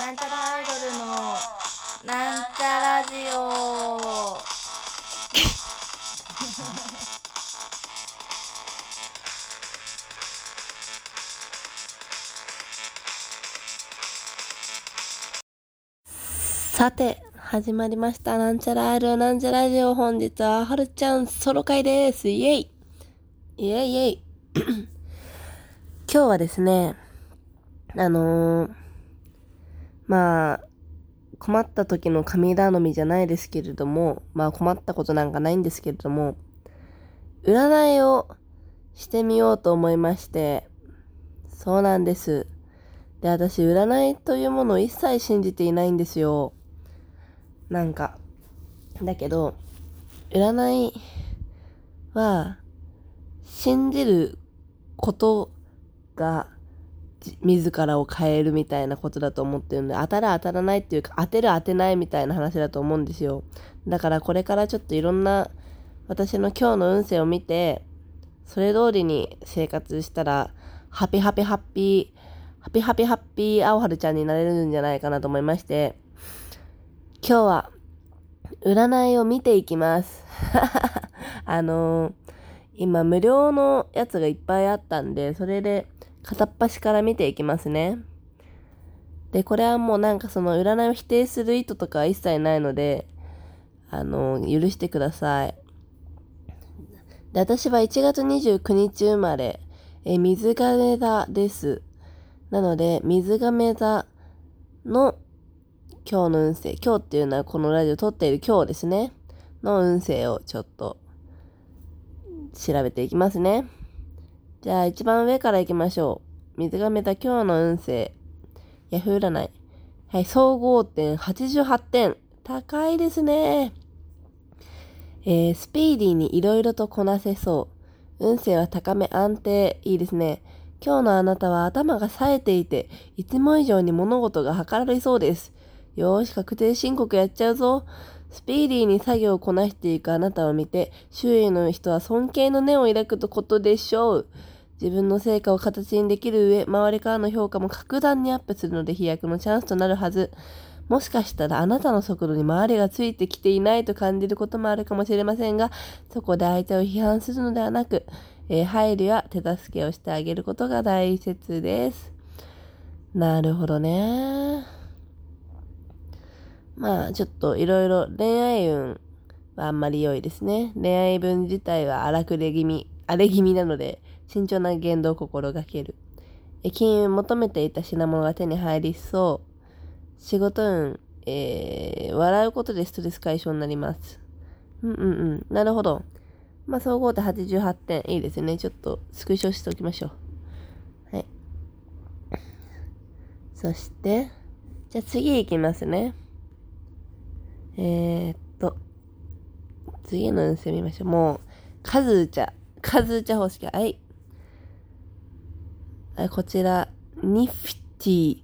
なんちゃらアイドルのなんちゃラジオ。さて始まりました、なんちゃらアイドルなんちゃラジオ。本日ははるちゃんソロ会です。イエイイエイイエイ今日はですね、困った時の神頼みじゃないですけれども、困ったことなんかないんですけれども、占いをしてみようと思いまして。そうなんです。で、私占いというものを一切信じていないんですよ。だけど占いは信じることが自らを変えるみたいなことだと思ってるので、当たる当たらないっていうか、当てる当てないみたいな話だと思うんですよ。だからこれからちょっといろんな私の今日の運勢を見て、それ通りに生活したらハピハピハッピー青春ちゃんになれるんじゃないかなと思いまして、今日は占いを見ていきます今無料のやつがいっぱいあったんで、それで片っ端から見ていきますね。で、これはもうその占いを否定する意図とかは一切ないので、許してください。で、私は1月29日生まれ、水亀座です。なので、水亀座の今日の運勢、今日っていうのはこのラジオ撮っている今日ですね、の運勢をちょっと調べていきますね。じゃあ一番上からいきましょう。水亀座今日の運勢。ヤフー占い。はい、総合点88点。高いですね。スピーディーに色々とこなせそう。運勢は高め安定。いいですね。今日のあなたは頭が冴えていて、いつも以上に物事がはかられそうです。よーし、確定申告やっちゃうぞ。スピーディーに作業をこなしていくあなたを見て、周囲の人は尊敬の念を抱くことでしょう。自分の成果を形にできる上、周りからの評価も格段にアップするので飛躍のチャンスとなるはず。もしかしたらあなたの速度に周りがついてきていないと感じることもあるかもしれませんが、そこで相手を批判するのではなく、配慮や手助けをしてあげることが大切です。なるほどね。ちょっといろいろ恋愛運はあんまり良いですね。恋愛運自体は荒れ気味なので、慎重な言動を心がける。金運求めていた品物が手に入りそう。仕事運、笑うことでストレス解消になります。なるほど。総合点88点。いいですね。ちょっとスクショしておきましょう。はい。そして、じゃあ次いきますね。次の運勢見ましょう。もう、数打ちゃ方式。はい。こちら、ニフティ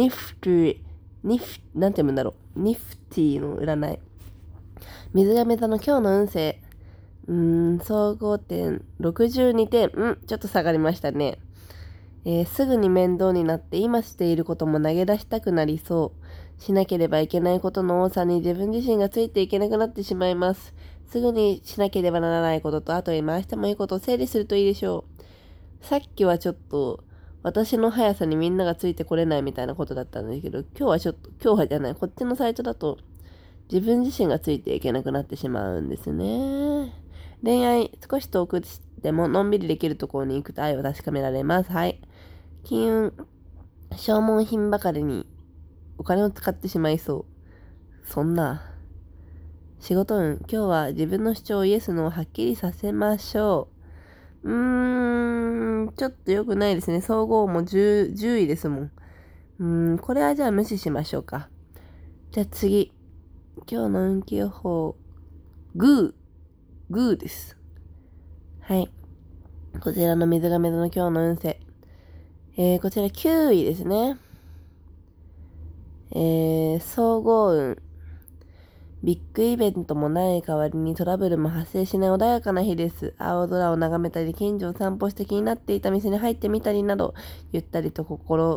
なんて読むんだろう。ニフティの占い。水亀座の今日の運勢。総合点62点。ちょっと下がりましたね。すぐに面倒になって今していることも投げ出したくなりそう。しなければいけないことの多さに自分自身がついていけなくなってしまいます。すぐにしなければならないことと後に回してもいいことを整理するといいでしょう。さっきはちょっと私の速さにみんながついてこれないみたいなことだったんですけど、今日はじゃない、こっちのサイトだと自分自身がついていけなくなってしまうんですね。恋愛、少し遠くでものんびりできるところに行くと愛を確かめられます。はい。金運、消耗品ばかりにお金を使ってしまいそう。そんな。仕事運、今日は自分の主張イエスのをはっきりさせましょう。ちょっと良くないですね。総合も 10位ですもん。これはじゃあ無視しましょうか。じゃあ次。今日の運気予報。グーです。はい。こちらの水亀座の今日の運勢。こちら9位ですね。総合運。ビッグイベントもない代わりにトラブルも発生しない穏やかな日です。青空を眺めたり、近所を散歩して気になっていた店に入ってみたりなど、ゆったりと心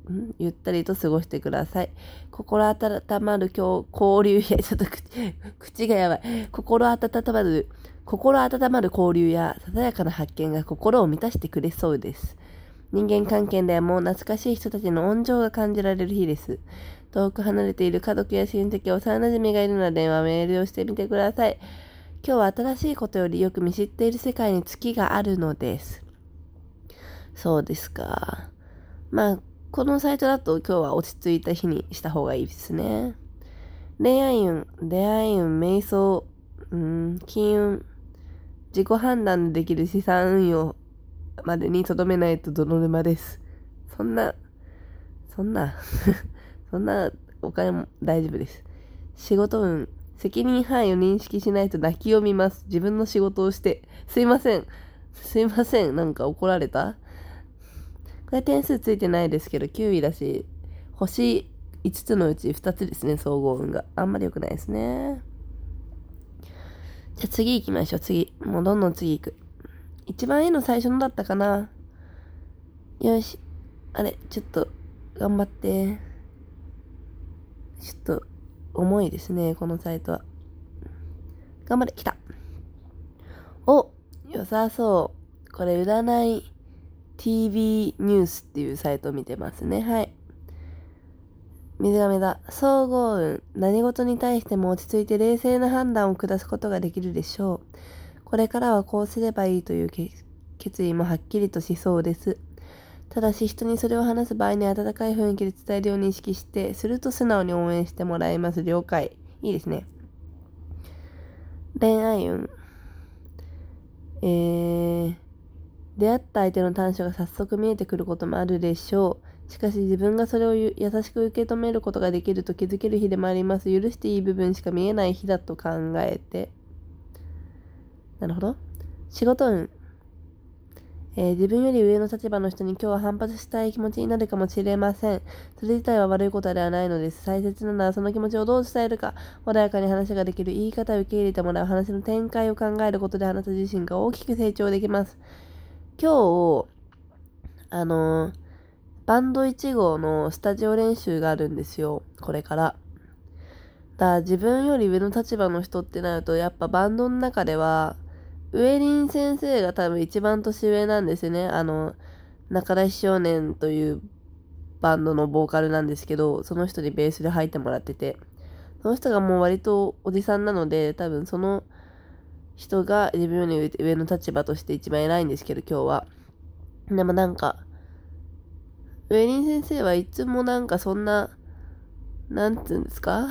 ゆったりと過ごしてください。心温まる交流や、ちょっと口がやばい。心温まる交流やささやかな発見が心を満たしてくれそうです。人間関係でも懐かしい人たちの温情が感じられる日です。遠く離れている家族や親戚、幼馴染がいるので電話、メールをしてみてください。今日は新しいことよりよく見知っている世界に月があるのです。そうですか。まあ、このサイトだと今日は落ち着いた日にした方がいいですね。恋愛運、出会い運、瞑想、金運、自己判断でできる資産運用までに留めないと泥沼です。そんなそんなお金も大丈夫です。仕事運、責任範囲を認識しないと泣きを見ます。自分の仕事をして。すいません。なんか怒られた？これ点数ついてないですけど、9位だし、星5つのうち2つですね、総合運が。あんまり良くないですね。じゃあ次行きましょう、次。もうどんどん次行く。一番いいの最初のだったかな。よし。あれ、ちょっと、頑張って。ちょっと、重いですね、このサイトは。頑張れ、来た。お、良さそう。これ、占い TV ニュースっていうサイトを見てますね。はい。水亀座、総合運、何事に対しても落ち着いて冷静な判断を下すことができるでしょう。これからはこうすればいいという決意もはっきりとしそうです。ただし人にそれを話す場合に温かい雰囲気で伝えるように意識して、すると素直に応援してもらえます。了解。いいですね。恋愛運。出会った相手の短所が早速見えてくることもあるでしょう。しかし自分がそれを優しく受け止めることができると気づける日でもあります。許していい部分しか見えない日だと考えて。なるほど。仕事運。自分より上の立場の人に今日は反発したい気持ちになるかもしれません。それ自体は悪いことではないのです。大切なのはその気持ちをどう伝えるか、穏やかに話ができる言い方を受け入れてもらう、話の展開を考えることであなた自身が大きく成長できます。今日、バンド1号のスタジオ練習があるんですよ。これから。自分より上の立場の人ってなると、やっぱバンドの中では、ウエリン先生が多分一番年上なんですね。中田少年というバンドのボーカルなんですけど、その人にベースで入ってもらってて、その人がもう割とおじさんなので、多分その人が自分より上の立場として一番偉いんですけど、今日は。でもなんか、ウエリン先生はいつもなんかそんな、なんつうんですか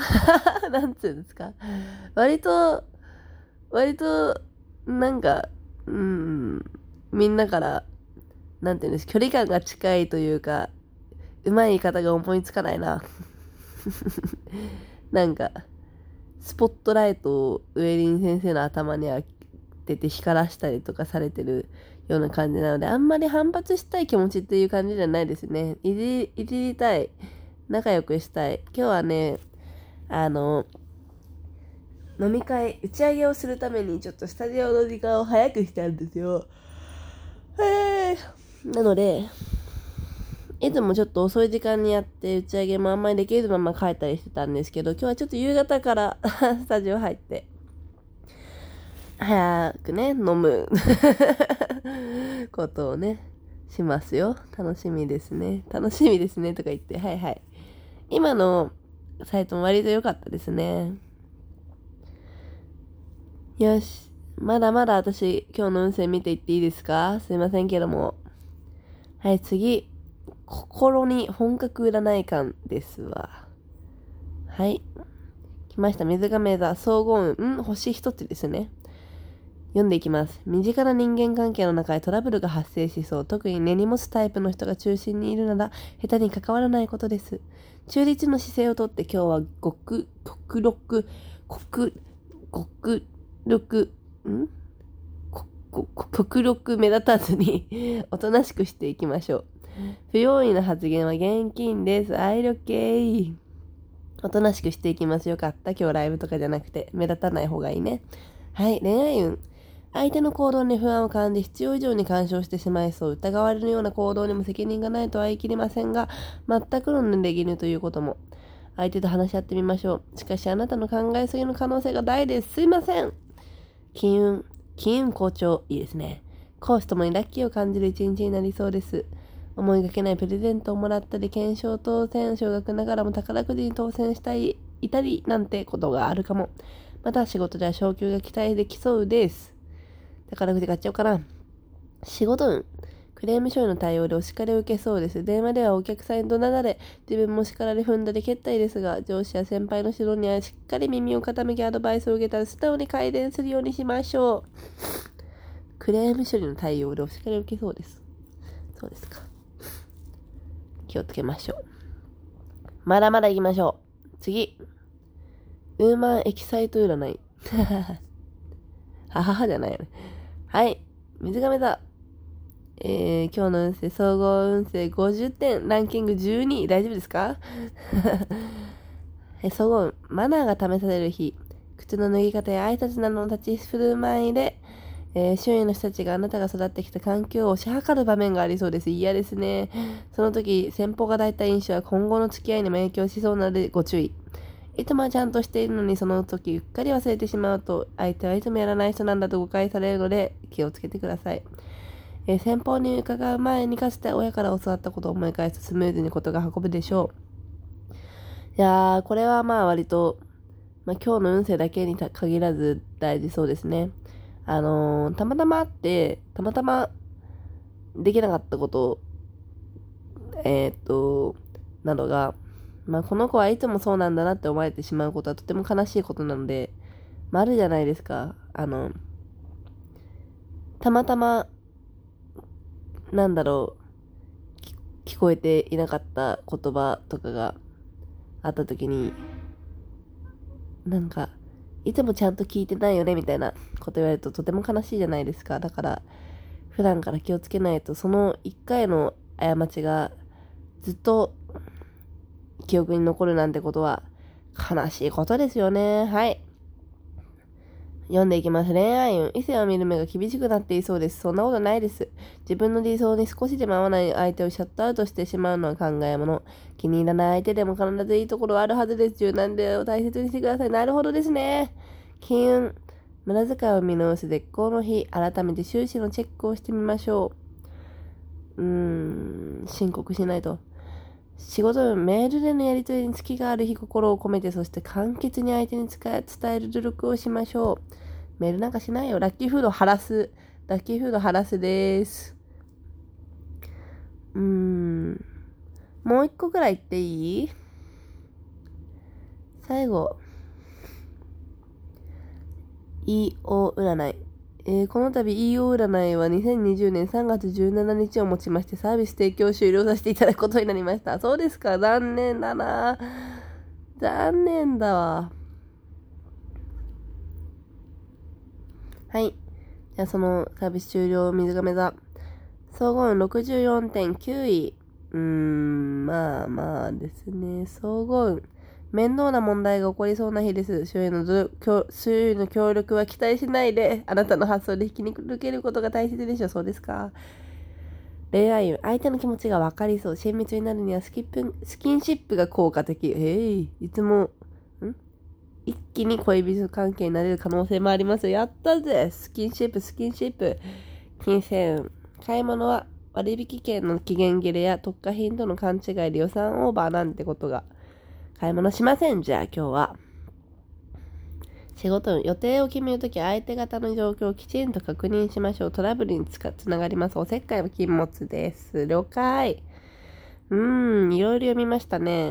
割と、なんか、みんなから、なんていうんです、距離感が近いというか、うまい言い方が思いつかないな。なんか、スポットライトをウエリン先生の頭に当てて光らしたりとかされてるような感じなので、あんまり反発したい気持ちっていう感じじゃないですね。いじりたい。仲良くしたい。今日はね、飲み会、打ち上げをするためにちょっとスタジオの時間を早くしたんですよ。なので、いつもちょっと遅い時間にやって打ち上げもあんまりできるまま帰ったりしてたんですけど、今日はちょっと夕方からスタジオ入って、早くね、飲むことをね、しますよ。楽しみですねとか言って、はいはい。今のサイトも割と良かったですね。よし。まだまだ私、今日の運勢見ていっていいですか？すいませんけども。はい、次。心に本格占い感ですわ。はい。来ました。水亀座、総合運。星一つですね。読んでいきます。身近な人間関係の中でトラブルが発生しそう。特に根に持つタイプの人が中心にいるなら、下手に関わらないことです。中立の姿勢をとって今日は極力目立たずにおとなしくしていきましょう。不用意な発言は現金です。愛力系。おとなしくしていきます。よかった。今日ライブとかじゃなくて目立たない方がいいね。はい。恋愛運。 相手の行動に不安を感じ必要以上に干渉してしまいそう。疑われるような行動にも責任がないとは言い切れませんが、全くの濡れ衣ということも。相手と話し合ってみましょう。しかしあなたの考えすぎの可能性が大です。すいません。金運好調。いいですね。講師ともにラッキーを感じる一日になりそうです。思いがけないプレゼントをもらったり、懸賞当選、少額ながらも宝くじに当選したり、いたりなんてことがあるかも。また仕事では昇給が期待できそうです。宝くじ買っちゃおうかな。仕事運。クレーム処理の対応でお叱りを受けそうです。電話ではお客さんに怒鳴られ、自分も叱られ踏んだり蹴ったりですが、上司や先輩の指導にはしっかり耳を傾けアドバイスを受けたら素直に改善するようにしましょう。クレーム処理の対応でお叱りを受けそうです。そうですか。気をつけましょう。まだまだ行きましょう。次。ウーマンエキサイト占い。はははじゃないよね。はい。水亀座。今日の運勢、総合運勢50点、ランキング12、大丈夫ですか総合運、マナーが試される日、靴の脱ぎ方や挨拶などの立ち振る舞いで、周囲の人たちがあなたが育ってきた環境を推し量る場面がありそうです。嫌ですね。その時、先方が抱いた印象は今後の付き合いにも影響しそうなのでご注意。いつもはちゃんとしているのにその時うっかり忘れてしまうと、相手はいつもやらない人なんだと誤解されるので気をつけてください。先方に伺う前にかつて親から教わったことを思い返すとスムーズにことが運ぶでしょう。いやー、これはまあ割と、今日の運勢だけに限らず大事そうですね。たまたまあって、たまたまできなかったこと、などが、この子はいつもそうなんだなって思われてしまうことはとても悲しいことなので、あるじゃないですか。たまたま、なんだろう、聞こえていなかった言葉とかがあった時に、いつもちゃんと聞いてないよねみたいなこと言われるととても悲しいじゃないですか。だから、普段から気をつけないと、その一回の過ちがずっと記憶に残るなんてことは悲しいことですよね。はい。読んでいきます。恋愛運。異性を見る目が厳しくなっていそうです。そんなことないです。自分の理想に少しでも合わない相手をシャットアウトしてしまうのは考えもの。気に入らない相手でも必ずいいところはあるはずです。柔軟でを大切にしてください。なるほどですね。金運。無駄遣いを見直す絶好の日。改めて収支のチェックをしてみましょう。申告しないと。仕事運、メールでのやり取りに隙がある日、心を込めて、そして簡潔に相手に伝える努力をしましょう。メールなんかしないよ。ラッキーフード晴らす。ラッキーフード晴らすです。もう一個くらい言っていい？最後。EO 占い。この度 EO 占いは2020年3月17日をもちましてサービス提供終了させていただくことになりました。そうですか。残念だな。残念だわ。はい。じゃあそのサービス終了水亀座。総合運 64.9 位。まあまあですね。総合運。面倒な問題が起こりそうな日です。周囲の協力は期待しないで、あなたの発想で引き抜けることが大切でしょう。そうですか。恋愛運。相手の気持ちが分かりそう。親密になるにはスキンシップが効果的。いつも、一気に恋人関係になれる可能性もあります。やったぜ。スキンシップ。金銭運。買い物は割引券の期限切れや特価品との勘違いで予算オーバーなんてことが。買い物しません。じゃあ今日は。仕事の予定を決めるとき相手方の状況をきちんと確認しましょう。トラブルにつながります。おせっかいは禁物です。了解。いろいろ読みましたね。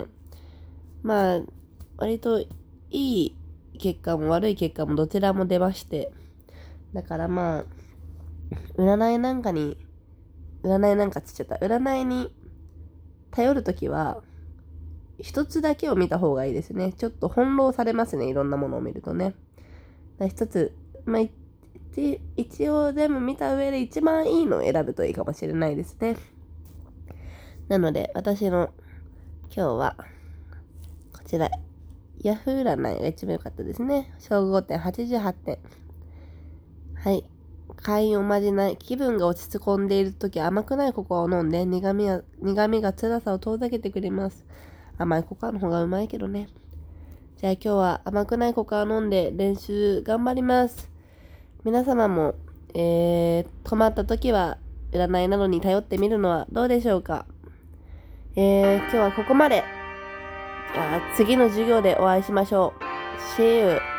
割といい結果も悪い結果もどちらも出まして。だから占いなんかつっちゃった。占いに頼るときは、一つだけを見た方がいいですね。ちょっと翻弄されますね。いろんなものを見るとね。一つ、一応全部見た上で一番いいのを選ぶといいかもしれないですね。なので、私の今日は、こちら、ヤフー占いが一番良かったですね。総合点88点。はい。 会員おまじない。気分が落ち込んでいるとき、甘くないココアを飲んで苦味が辛さを遠ざけてくれます。甘いココアの方がうまいけどね。じゃあ今日は甘くないココアを飲んで練習頑張ります。皆様も、困ったときは占いなどに頼ってみるのはどうでしょうか。今日はここまで。次の授業でお会いしましょう。See you!